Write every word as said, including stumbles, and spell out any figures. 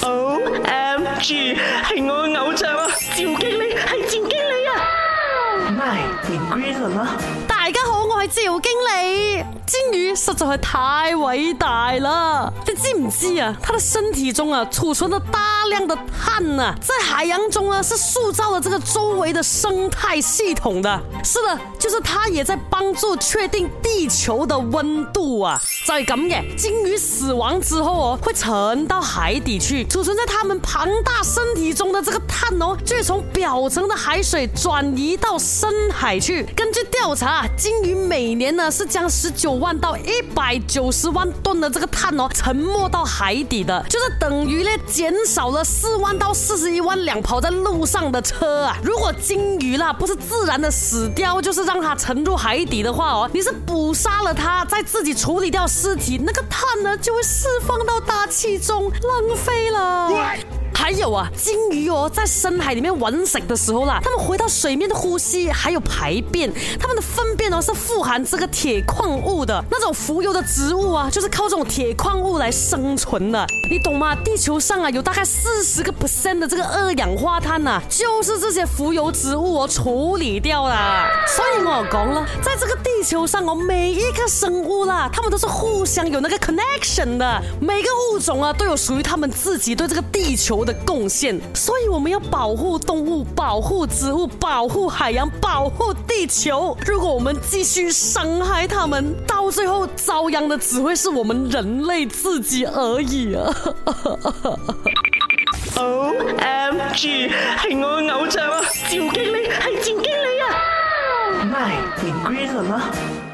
O M G， 係我嘅偶像啊！趙經理係趙經理啊！咪你 green 了嗎？ 大家好，我係趙經理。金魚實在係太偉大了，你知唔知啊？它的身體中啊儲存了大量的碳啊，在海洋中呢是塑造了這個周圍的生態系統的。是的，就是它也在幫助確定地球的溫度啊。就係咁嘅，金魚死亡之後哦，會沉到海底去，儲存在它們龐大身體中的這個碳哦，就會從表層的海水轉移到深海去。根據調查，金魚每年呢是將十九萬到一百九十萬噸的這個碳哦沉沒到海底的，就是等於呢減少了四萬到四十一萬輛跑在路上的車啊。如果金魚啦不是自然的死掉，就是讓它沉入海底的話哦，你是捕殺了它，再自己處理掉屍體，那個碳呢就會釋放到大氣中，浪費了。還有啊，金魚哦，在深海裡面揾食的時候啦，它們回到水面的呼吸還有排便，它們的糞便哦是富含這個鐵礦物的。那種浮游的植物啊，就是靠這種鐵礦物來生存的。你懂嗎？地球上啊有大概四十個 percent 的這個二氧化碳呐、啊，就是這些浮游植物哦處理掉啦。所以我講了，在這個地球上哦，每一個生物啦，它們都是互相有那個 connection 的，每個物種啊都有屬於他們自己對這個地球的貢獻，所以我們要保護動物，保護植物，保護海洋，保護地球。如果我們繼續傷害它們，到最後遭殃的只會是我們人類自己而已啊 ！O M G， 係我嘅偶像啊！趙經理係趙經理啊！咪你 green 了嗎？